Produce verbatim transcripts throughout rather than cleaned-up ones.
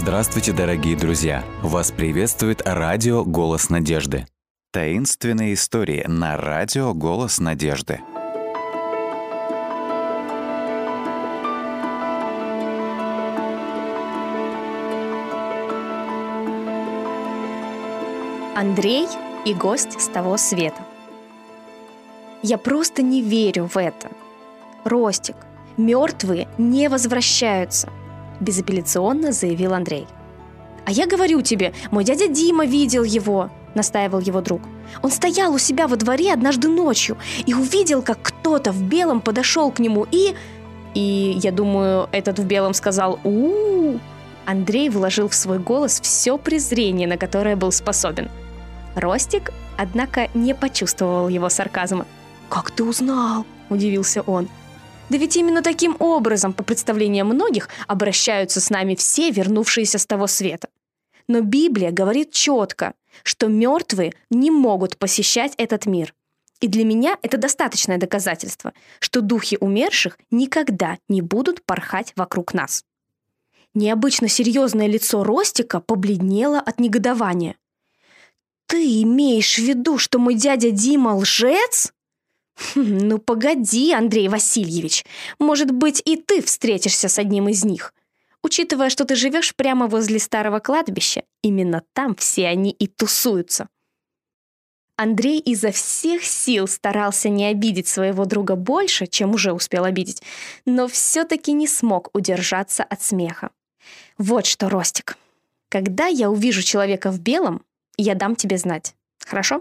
Здравствуйте, дорогие друзья! Вас приветствует радио «Голос надежды». Таинственные истории на радио «Голос надежды». Андрей и гость с того света. Я просто не верю в это. Ростик, мертвые не возвращаются, безапелляционно заявил Андрей. А я говорю тебе, мой дядя Дима видел его, настаивал его друг. Он стоял у себя во дворе однажды ночью и увидел, как кто-то в белом подошел к нему и... И, я думаю, этот в белом сказал «У-у-у». Андрей вложил в свой голос все презрение, на которое был способен. Ростик, однако, не почувствовал его сарказма. «Как ты узнал?» – удивился он. «Да ведь именно таким образом, по представлениям многих, обращаются с нами все, вернувшиеся с того света. Но Библия говорит четко, что мертвые не могут посещать этот мир. И для меня это достаточное доказательство, что духи умерших никогда не будут порхать вокруг нас». Необычно серьезное лицо Ростика побледнело от негодования. «Ты имеешь в виду, что мой дядя Дима лжец?» Хм, «Ну погоди, Андрей Васильевич, может быть, и ты встретишься с одним из них. Учитывая, что ты живешь прямо возле старого кладбища, именно там все они и тусуются». Андрей изо всех сил старался не обидеть своего друга больше, чем уже успел обидеть, но все-таки не смог удержаться от смеха. «Вот что, Ростик, когда я увижу человека в белом, я дам тебе знать. Хорошо?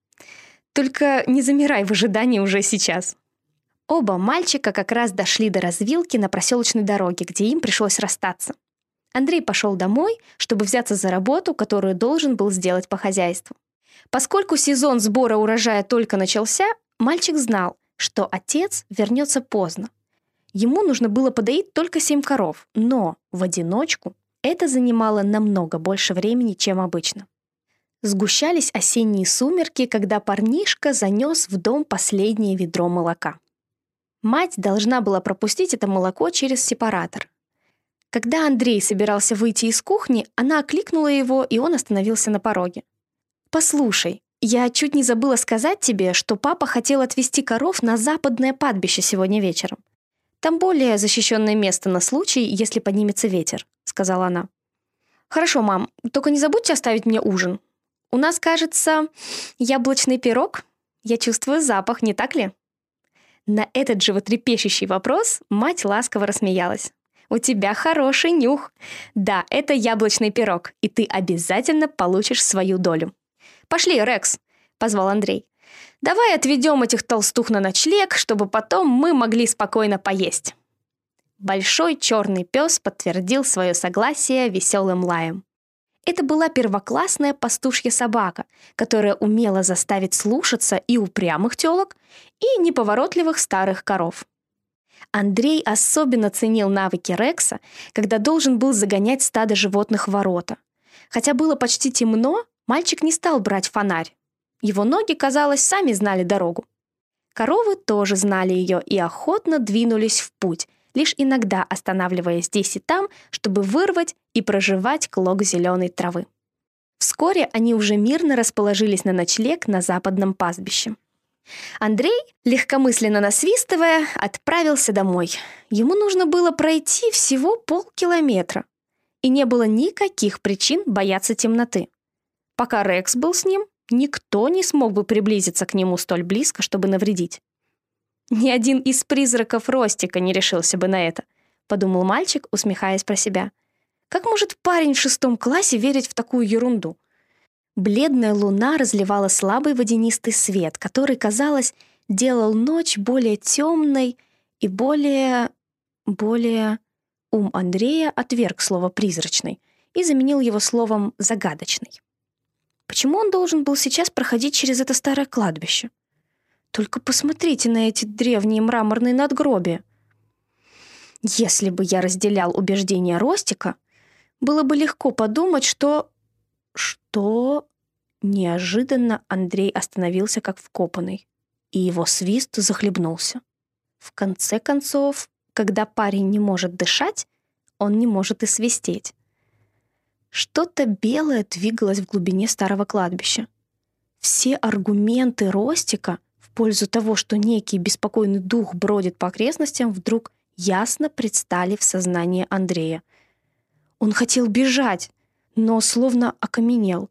Только не замирай в ожидании уже сейчас». Оба мальчика как раз дошли до развилки на проселочной дороге, где им пришлось расстаться. Андрей пошел домой, чтобы взяться за работу, которую должен был сделать по хозяйству. Поскольку сезон сбора урожая только начался, мальчик знал, что отец вернется поздно. Ему нужно было подоить только семь коров, но в одиночку это занимало намного больше времени, чем обычно. Сгущались осенние сумерки, когда парнишка занес в дом последнее ведро молока. Мать должна была пропустить это молоко через сепаратор. Когда Андрей собирался выйти из кухни, она окликнула его, и он остановился на пороге. «Послушай, я чуть не забыла сказать тебе, что папа хотел отвезти коров на западное падбище сегодня вечером. Там более защищенное место на случай, если поднимется ветер», — сказала она. «Хорошо, мам, только не забудьте оставить мне ужин. У нас, кажется, яблочный пирог. Я чувствую запах, не так ли?» На этот животрепещущий вопрос мать ласково рассмеялась. «У тебя хороший нюх. Да, это яблочный пирог, и ты обязательно получишь свою долю». «Пошли, Рекс», — позвал Андрей. «Давай отведем этих толстух на ночлег, чтобы потом мы могли спокойно поесть». Большой черный пес подтвердил свое согласие веселым лаем. Это была первоклассная пастушья собака, которая умела заставить слушаться и упрямых телок, и неповоротливых старых коров. Андрей особенно ценил навыки Рекса, когда должен был загонять стадо животных в ворота. Хотя было почти темно, мальчик не стал брать фонарь. Его ноги, казалось, сами знали дорогу. Коровы тоже знали ее и охотно двинулись в путь, лишь иногда останавливаясь здесь и там, чтобы вырвать и прожевать клок зеленой травы. Вскоре они уже мирно расположились на ночлег на западном пастбище. Андрей, легкомысленно насвистывая, отправился домой. Ему нужно было пройти всего полкилометра, и не было никаких причин бояться темноты. Пока Рекс был с ним, никто не смог бы приблизиться к нему столь близко, чтобы навредить. «Ни один из призраков Ростика не решился бы на это», — подумал мальчик, усмехаясь про себя. «Как может парень в шестом классе верить в такую ерунду?» Бледная луна разливала слабый водянистый свет, который, казалось, делал ночь более темной и более... более... Ум Андрея отверг слово «призрачный» и заменил его словом «загадочный». Почему он должен был сейчас проходить через это старое кладбище? Только посмотрите на эти древние мраморные надгробия. Если бы я разделял убеждения Ростика, было бы легко подумать, что... Что... Неожиданно Андрей остановился как вкопанный, и его свист захлебнулся. В конце концов, когда парень не может дышать, он не может и свистеть. Что-то белое двигалось в глубине старого кладбища. Все аргументы Ростика в пользу того, что некий беспокойный дух бродит по окрестностям, вдруг ясно предстали в сознании Андрея. Он хотел бежать, но словно окаменел.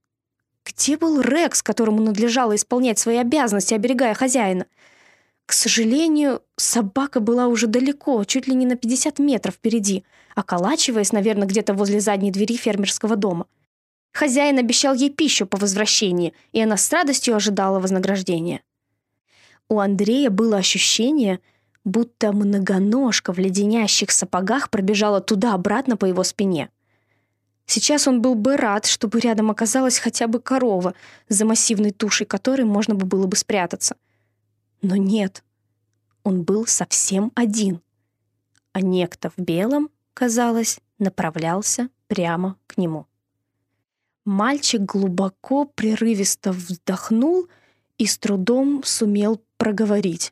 Где был Рекс, которому надлежало исполнять свои обязанности, оберегая хозяина? К сожалению, собака была уже далеко, чуть ли не на пятьдесят метров впереди, околачиваясь, наверное, где-то возле задней двери фермерского дома. Хозяин обещал ей пищу по возвращении, и она с радостью ожидала вознаграждения. У Андрея было ощущение, будто многоножка в леденящих сапогах пробежала туда-обратно по его спине. Сейчас он был бы рад, чтобы рядом оказалась хотя бы корова, за массивной тушей которой можно бы было бы спрятаться. Но нет, он был совсем один, а некто в белом, казалось, направлялся прямо к нему. Мальчик глубоко, прерывисто вздохнул и с трудом сумел проговорить.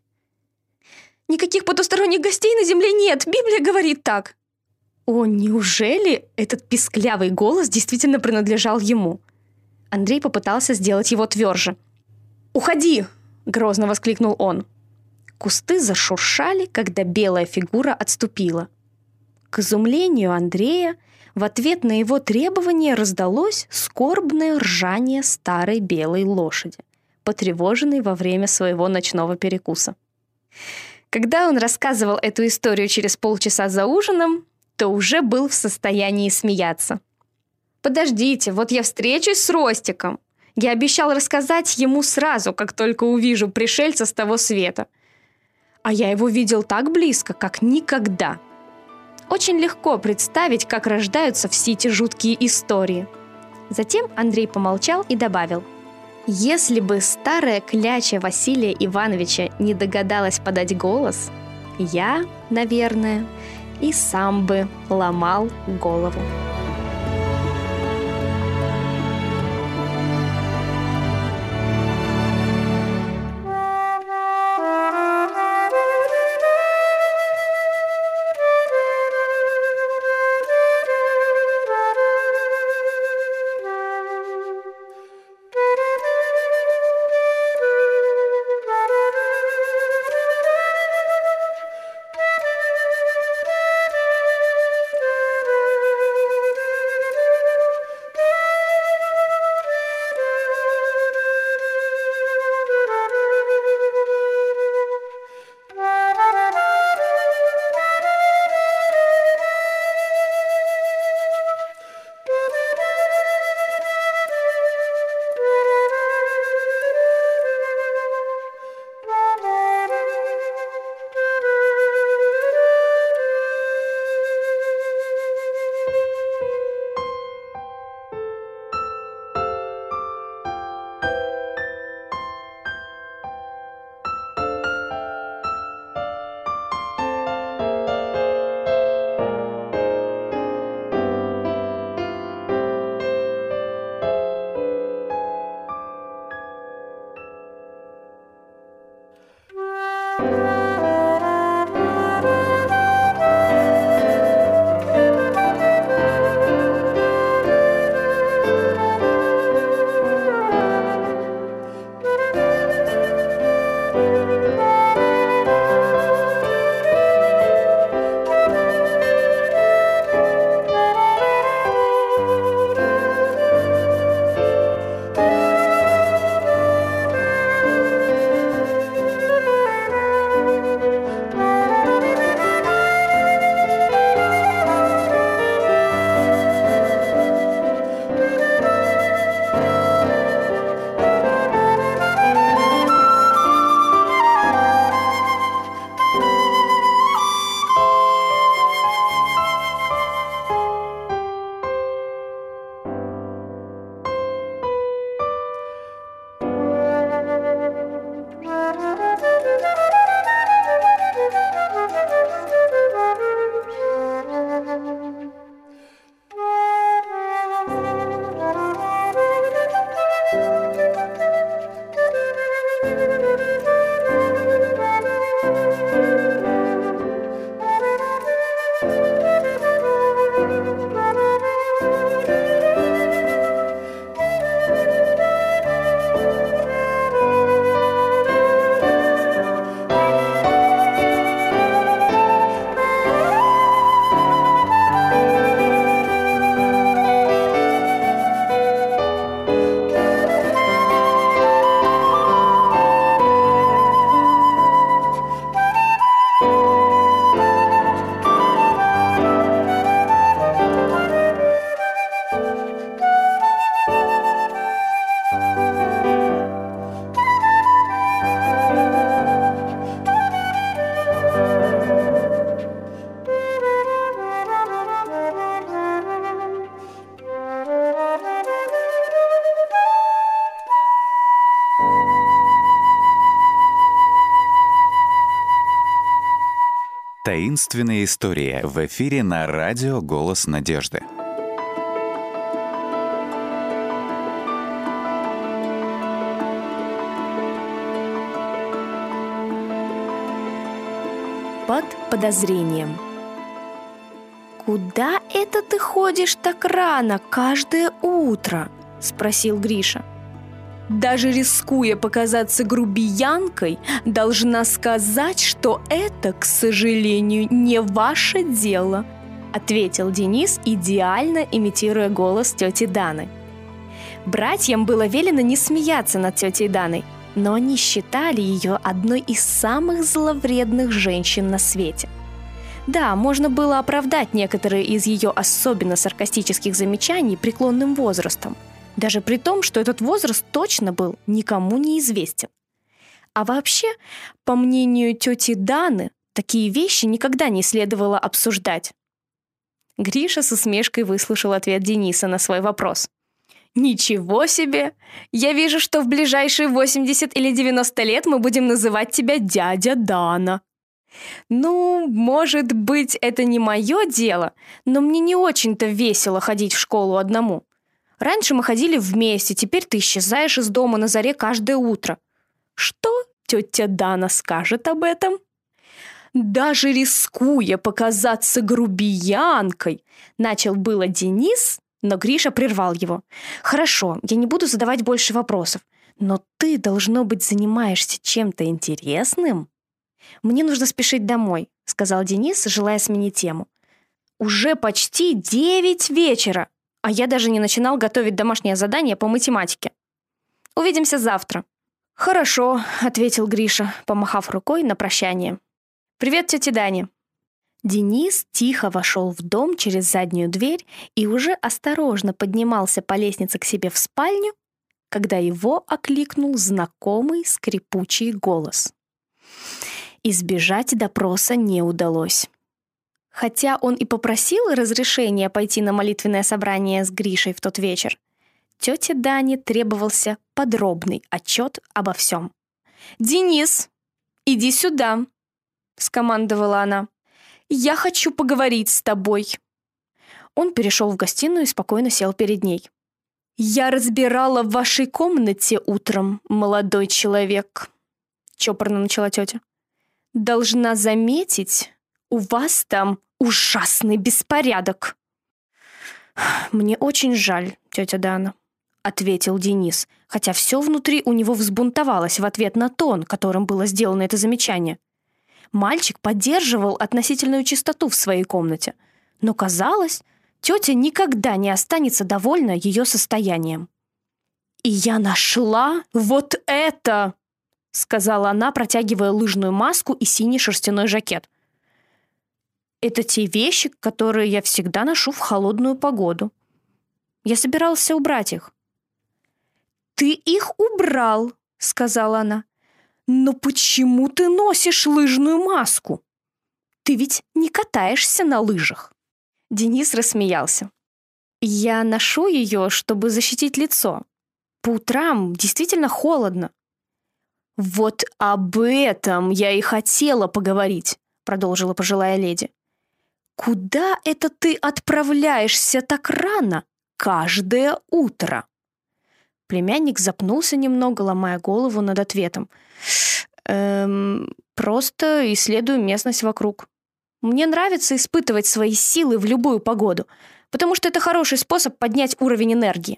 «Никаких потусторонних гостей на земле нет, Библия говорит так!» О, неужели этот писклявый голос действительно принадлежал ему? Андрей попытался сделать его тверже. «Уходи!» — грозно воскликнул он. Кусты зашуршали, когда белая фигура отступила. К изумлению Андрея в ответ на его требование раздалось скорбное ржание старой белой лошади, потревоженной во время своего ночного перекуса. Когда он рассказывал эту историю через полчаса за ужином, то уже был в состоянии смеяться. «Подождите, вот я встречусь с Ростиком. Я обещал рассказать ему сразу, как только увижу пришельца с того света. А я его видел так близко, как никогда. Очень легко представить, как рождаются все эти жуткие истории». Затем Андрей помолчал и добавил: «Если бы старая кляча Василия Ивановича не догадалась подать голос, я, наверное, и сам бы ломал голову». Таинственные истории в эфире на радио «Голос надежды». Под подозрением. «Куда это ты ходишь так рано каждое утро?» – спросил Гриша. «Даже рискуя показаться грубиянкой, должна сказать, что это, к сожалению, не ваше дело», – ответил Денис, идеально имитируя голос тети Даны. Братьям было велено не смеяться над тетей Даной, но они считали ее одной из самых зловредных женщин на свете. Да, можно было оправдать некоторые из ее особенно саркастических замечаний преклонным возрастом, даже при том, что этот возраст точно был никому не известен. А вообще, по мнению тети Даны, такие вещи никогда не следовало обсуждать. Гриша с усмешкой выслушал ответ Дениса на свой вопрос. «Ничего себе! Я вижу, что в ближайшие восемьдесят или девяносто лет мы будем называть тебя дядя Дана». «Ну, может быть, это не мое дело, но мне не очень-то весело ходить в школу одному. Раньше мы ходили вместе, теперь ты исчезаешь из дома на заре каждое утро. Что тетя Дана скажет об этом?» «Даже рискуя показаться грубиянкой», начал было Денис, но Гриша прервал его. «Хорошо, я не буду задавать больше вопросов, но ты, должно быть, занимаешься чем-то интересным?» «Мне нужно спешить домой», — сказал Денис, желая сменить тему. «Уже почти девять вечера, а я даже не начинал готовить домашнее задание по математике. Увидимся завтра». «Хорошо», — ответил Гриша, помахав рукой на прощание. «Привет тете Дане». Денис тихо вошел в дом через заднюю дверь и уже осторожно поднимался по лестнице к себе в спальню, когда его окликнул знакомый скрипучий голос. Избежать допроса не удалось. Хотя он и попросил разрешения пойти на молитвенное собрание с Гришей в тот вечер, тете Дане требовался подробный отчет обо всем. «Денис, иди сюда!» — скомандовала она. «Я хочу поговорить с тобой». Он перешел в гостиную и спокойно сел перед ней. «Я разбирала в вашей комнате утром, молодой человек», — чопорно начала тетя. «Должна заметить, у вас там ужасный беспорядок». «Мне очень жаль, тетя Дана», — ответил Денис, хотя все внутри у него взбунтовалось в ответ на тон, которым было сделано это замечание. Мальчик поддерживал относительную чистоту в своей комнате, но, казалось, тетя никогда не останется довольна ее состоянием. «И я нашла вот это!» — сказала она, протягивая лыжную маску и синий шерстяной жакет. «Это те вещи, которые я всегда ношу в холодную погоду. Я собирался убрать их». «Ты их убрал», — сказала она. «Но почему ты носишь лыжную маску? Ты ведь не катаешься на лыжах». Денис рассмеялся. «Я ношу ее, чтобы защитить лицо. По утрам действительно холодно». «Вот об этом я и хотела поговорить», — продолжила пожилая леди. «Куда это ты отправляешься так рано каждое утро?» Племянник запнулся немного, ломая голову над ответом. «Эм, просто исследую местность вокруг. Мне нравится испытывать свои силы в любую погоду, потому что это хороший способ поднять уровень энергии».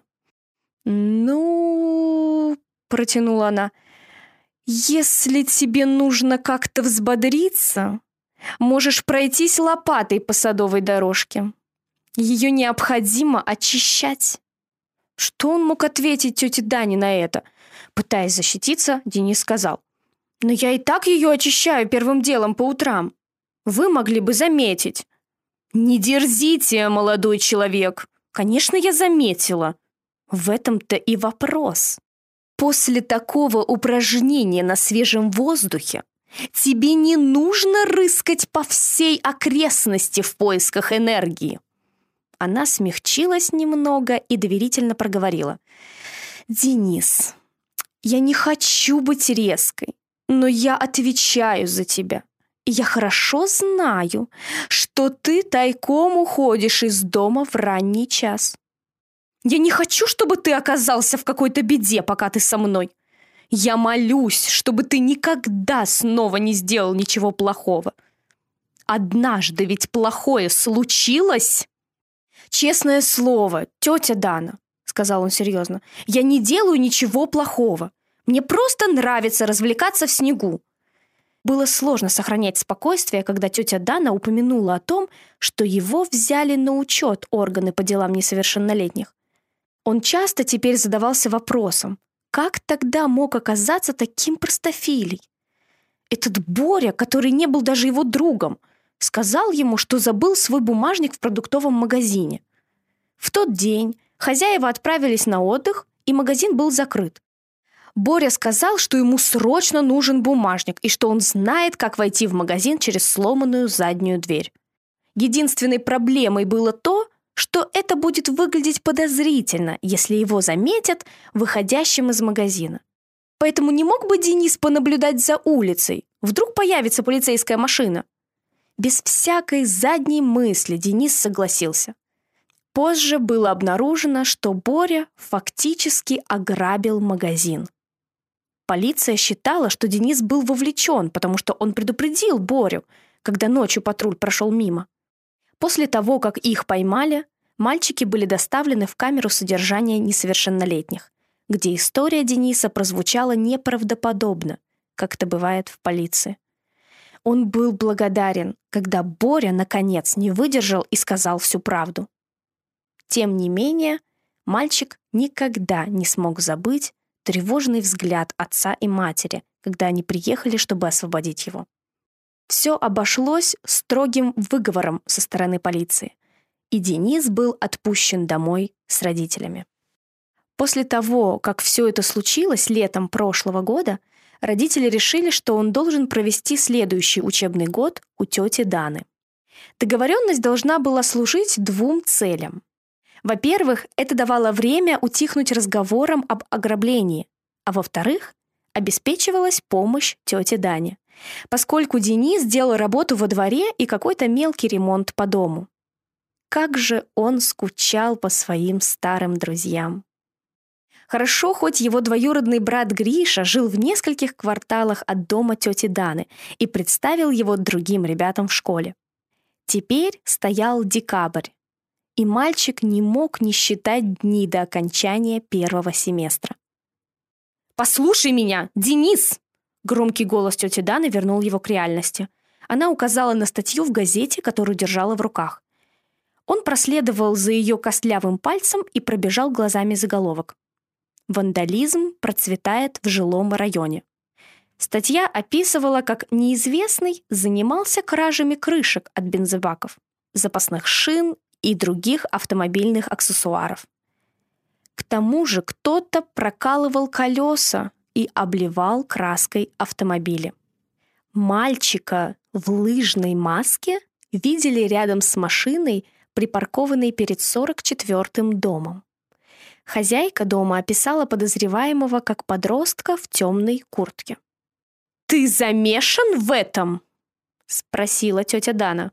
«Ну...» — протянула она. «Если тебе нужно как-то взбодриться, можешь пройтись лопатой по садовой дорожке. Ее необходимо очищать». Что он мог ответить тете Дане на это? Пытаясь защититься, Денис сказал: «Но я и так ее очищаю первым делом по утрам. Вы могли бы заметить». «Не дерзите, молодой человек. Конечно, я заметила. В этом-то и вопрос. После такого упражнения на свежем воздухе тебе не нужно рыскать по всей окрестности в поисках энергии». Она смягчилась немного и доверительно проговорила: «Денис, я не хочу быть резкой, но я отвечаю за тебя. И я хорошо знаю, что ты тайком уходишь из дома в ранний час. Я не хочу, чтобы ты оказался в какой-то беде, пока ты со мной. Я молюсь, чтобы ты никогда снова не сделал ничего плохого. Однажды ведь плохое случилось. Честное слово, тетя Дана, сказал он серьезно, я не делаю ничего плохого. Мне просто нравится развлекаться в снегу. Было сложно сохранять спокойствие, когда тетя Дана упомянула о том, что его взяли на учет органы по делам несовершеннолетних. Он часто теперь задавался вопросом, как тогда мог оказаться таким простофилей? Этот Боря, который не был даже его другом, сказал ему, что забыл свой бумажник в продуктовом магазине. В тот день хозяева отправились на отдых, и магазин был закрыт. Боря сказал, что ему срочно нужен бумажник и что он знает, как войти в магазин через сломанную заднюю дверь. Единственной проблемой было то, что это будет выглядеть подозрительно, если его заметят выходящим из магазина. Поэтому не мог бы Денис понаблюдать за улицей? Вдруг появится полицейская машина? Без всякой задней мысли Денис согласился. Позже было обнаружено, что Боря фактически ограбил магазин. Полиция считала, что Денис был вовлечен, потому что он предупредил Борю, когда ночью патруль прошел мимо. После того, как их поймали, мальчики были доставлены в камеру содержания несовершеннолетних, где история Дениса прозвучала неправдоподобно, как это бывает в полиции. Он был благодарен, когда Боря, наконец, не выдержал и сказал всю правду. Тем не менее, мальчик никогда не смог забыть тревожный взгляд отца и матери, когда они приехали, чтобы освободить его. Все обошлось строгим выговором со стороны полиции, и Денис был отпущен домой с родителями. После того, как все это случилось летом прошлого года, родители решили, что он должен провести следующий учебный год у тети Даны. Договоренность должна была служить двум целям. Во-первых, это давало время утихнуть разговорам об ограблении, а во-вторых, обеспечивалась помощь тете Дане, поскольку Денис делал работу во дворе и какой-то мелкий ремонт по дому. Как же он скучал по своим старым друзьям. Хорошо, хоть его двоюродный брат Гриша жил в нескольких кварталах от дома тети Даны и представил его другим ребятам в школе. Теперь стоял декабрь, и мальчик не мог не считать дни до окончания первого семестра. «Послушай меня, Денис!» Громкий голос тети Даны вернул его к реальности. Она указала на статью в газете, которую держала в руках. Он проследовал за ее костлявым пальцем и пробежал глазами заголовок. «Вандализм процветает в жилом районе». Статья описывала, как неизвестный занимался кражами крышек от бензобаков, запасных шин и других автомобильных аксессуаров. К тому же кто-то прокалывал колеса и обливал краской автомобили. Мальчика в лыжной маске видели рядом с машиной, припаркованной перед сорок четвёртым домом. Хозяйка дома описала подозреваемого как подростка в темной куртке. «Ты замешан в этом?» — спросила тетя Дана.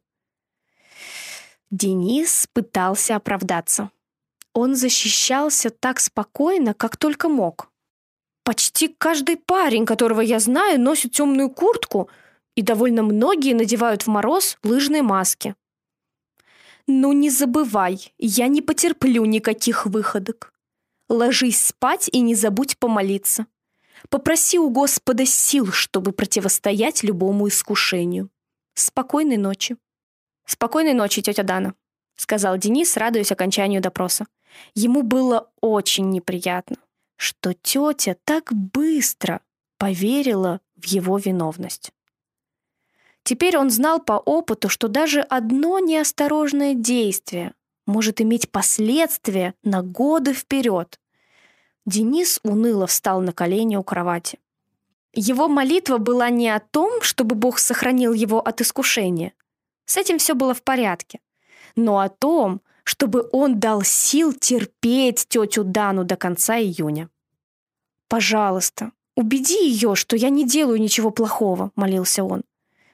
Денис пытался оправдаться. Он защищался так спокойно, как только мог. «Почти каждый парень, которого я знаю, носит темную куртку, и довольно многие надевают в мороз лыжные маски. Ну не забывай, я не потерплю никаких выходок. Ложись спать и не забудь помолиться. Попроси у Господа сил, чтобы противостоять любому искушению. Спокойной ночи». «Спокойной ночи, тетя Дана», — сказал Денис, радуясь окончанию допроса. Ему было очень неприятно, что тетя так быстро поверила в его виновность. Теперь он знал по опыту, что даже одно неосторожное действие может иметь последствия на годы вперед. Денис уныло встал на колени у кровати. Его молитва была не о том, чтобы Бог сохранил его от искушения. С этим все было в порядке. Но о том, чтобы он дал сил терпеть тетю Дану до конца июня. «Пожалуйста, убеди ее, что я не делаю ничего плохого», — молился он.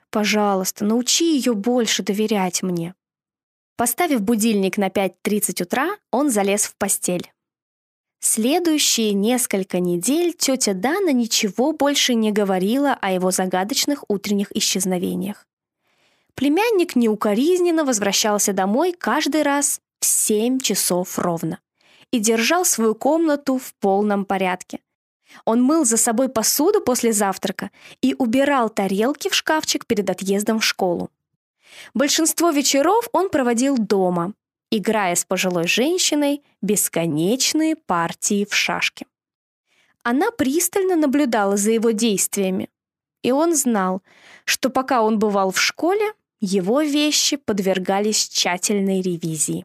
Пожалуйста, научи ее больше доверять мне». Поставив будильник на пять тридцать утра, он залез в постель. Следующие несколько недель тетя Дана ничего больше не говорила о его загадочных утренних исчезновениях. Племянник неукоризненно возвращался домой каждый раз в семь часов ровно и держал свою комнату в полном порядке. Он мыл за собой посуду после завтрака и убирал тарелки в шкафчик перед отъездом в школу. Большинство вечеров он проводил дома, играя с пожилой женщиной бесконечные партии в шашки. Она пристально наблюдала за его действиями, и он знал, что пока он бывал в школе, его вещи подвергались тщательной ревизии.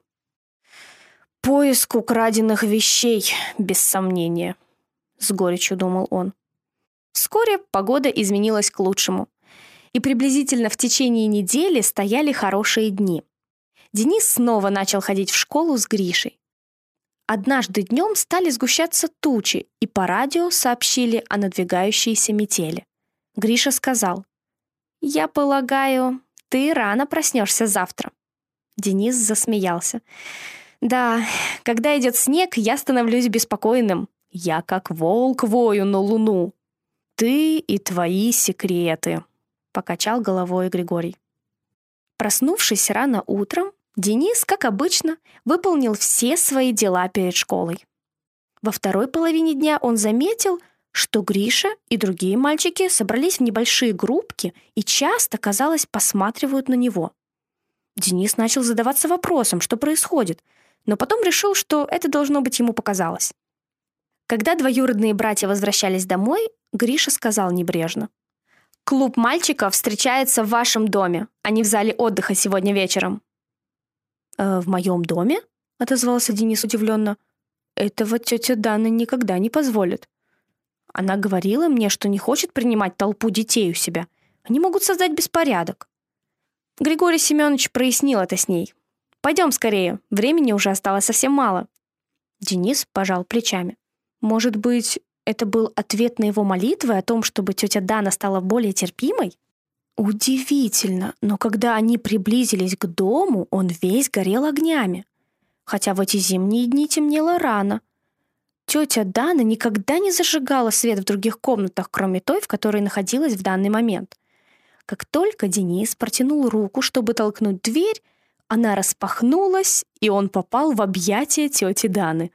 «Поиск украденных вещей, без сомнения», — с горечью думал он. Вскоре погода изменилась к лучшему, и приблизительно в течение недели стояли хорошие дни. Денис снова начал ходить в школу с Гришей. Однажды днем стали сгущаться тучи, и по радио сообщили о надвигающейся метели. Гриша сказал: «Я полагаю, ты рано проснешься завтра». Денис засмеялся. «Да, когда идет снег, я становлюсь беспокойным. Я как волк вою на луну». «Ты и твои секреты», — покачал головой Григорий. Проснувшись рано утром, Денис, как обычно, выполнил все свои дела перед школой. Во второй половине дня он заметил, что Гриша и другие мальчики собрались в небольшие группки и часто, казалось, посматривают на него. Денис начал задаваться вопросом, что происходит, но потом решил, что это должно быть ему показалось. Когда двоюродные братья возвращались домой, Гриша сказал небрежно: «Клуб мальчиков встречается в вашем доме, а не в зале отдыха сегодня вечером». «Э, «В моем доме?» — отозвался Денис удивленно. «Этого тетя Дана никогда не позволит. Она говорила мне, что не хочет принимать толпу детей у себя. Они могут создать беспорядок». Григорий Семенович прояснил это с ней. «Пойдем скорее, времени уже осталось совсем мало». Денис пожал плечами. Может быть, это был ответ на его молитвы о том, чтобы тетя Дана стала более терпимой? Удивительно, но когда они приблизились к дому, он весь горел огнями. Хотя в эти зимние дни темнело рано. Тетя Дана никогда не зажигала свет в других комнатах, кроме той, в которой находилась в данный момент. Как только Денис протянул руку, чтобы толкнуть дверь, она распахнулась, и он попал в объятия тети Даны.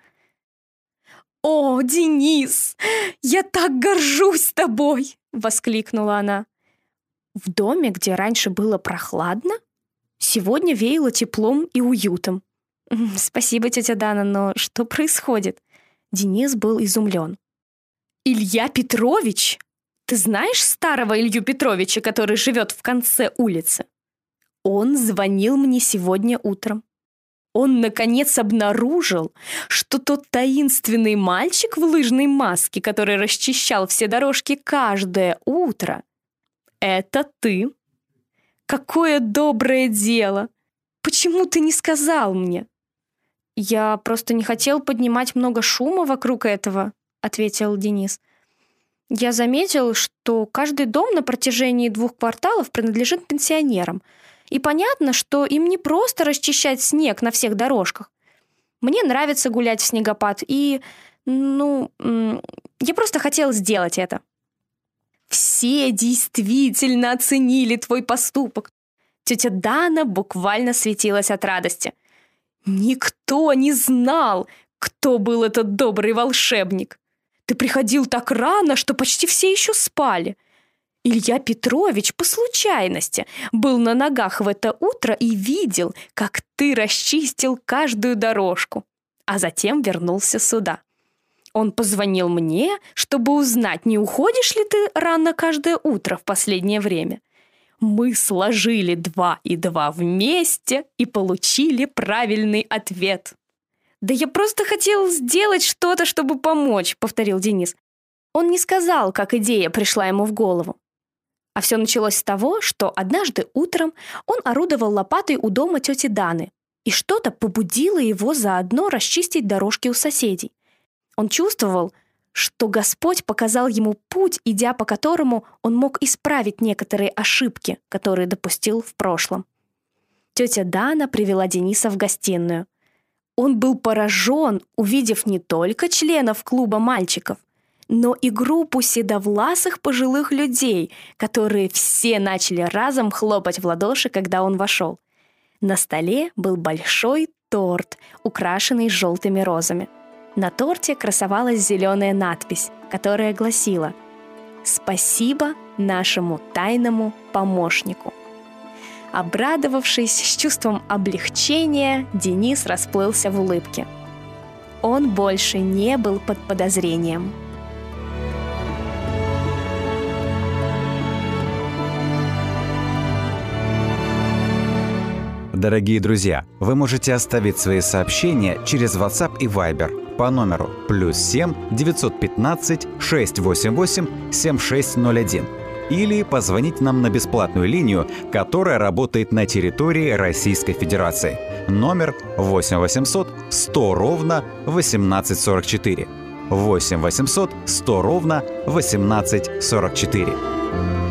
«О, Денис, я так горжусь тобой!» — воскликнула она. В доме, где раньше было прохладно, сегодня веяло теплом и уютом. «Спасибо, тетя Дана, но что происходит?» Денис был изумлен. «Илья Петрович? Ты знаешь старого Илью Петровича, который живет в конце улицы? Он звонил мне сегодня утром. Он, наконец, обнаружил, что тот таинственный мальчик в лыжной маске, который расчищал все дорожки каждое утро, это ты. Какое доброе дело! Почему ты не сказал мне?» «Я просто не хотел поднимать много шума вокруг этого», — ответил Денис. «Я заметил, что каждый дом на протяжении двух кварталов принадлежит пенсионерам, и понятно, что им не просто расчищать снег на всех дорожках. Мне нравится гулять в снегопад, и, ну, я просто хотел сделать это». «Все действительно оценили твой поступок». Тетя Дана буквально светилась от радости. «Никто не знал, кто был этот добрый волшебник. Ты приходил так рано, что почти все еще спали. Илья Петрович по случайности был на ногах в это утро и видел, как ты расчистил каждую дорожку, а затем вернулся сюда. Он позвонил мне, чтобы узнать, не уходишь ли ты рано каждое утро в последнее время. Мы сложили два и два вместе и получили правильный ответ». «Да я просто хотел сделать что-то, чтобы помочь», — повторил Денис. Он не сказал, как идея пришла ему в голову. А все началось с того, что однажды утром он орудовал лопатой у дома тети Даны, и что-то побудило его заодно расчистить дорожки у соседей. Он чувствовал, что Господь показал ему путь, идя по которому он мог исправить некоторые ошибки, которые допустил в прошлом. Тетя Дана привела Дениса в гостиную. Он был поражен, увидев не только членов клуба мальчиков, но и группу седовласых пожилых людей, которые все начали разом хлопать в ладоши, когда он вошел. На столе был большой торт, украшенный желтыми розами. На торте красовалась зеленая надпись, которая гласила: «Спасибо нашему тайному помощнику». Обрадовавшись с чувством облегчения, Денис расплылся в улыбке. Он больше не был под подозрением. Дорогие друзья, вы можете оставить свои сообщения через WhatsApp и Viber по номеру плюс семь девятьсот пятнадцать шестьсот восемьдесят восемь семьдесят шесть ноль один или позвонить нам на бесплатную линию, которая работает на территории Российской Федерации. Номер восемь восемьсот сто ровно восемнадцать сорок четыре. восемь восемьсот сто ровно восемнадцать сорок четыре.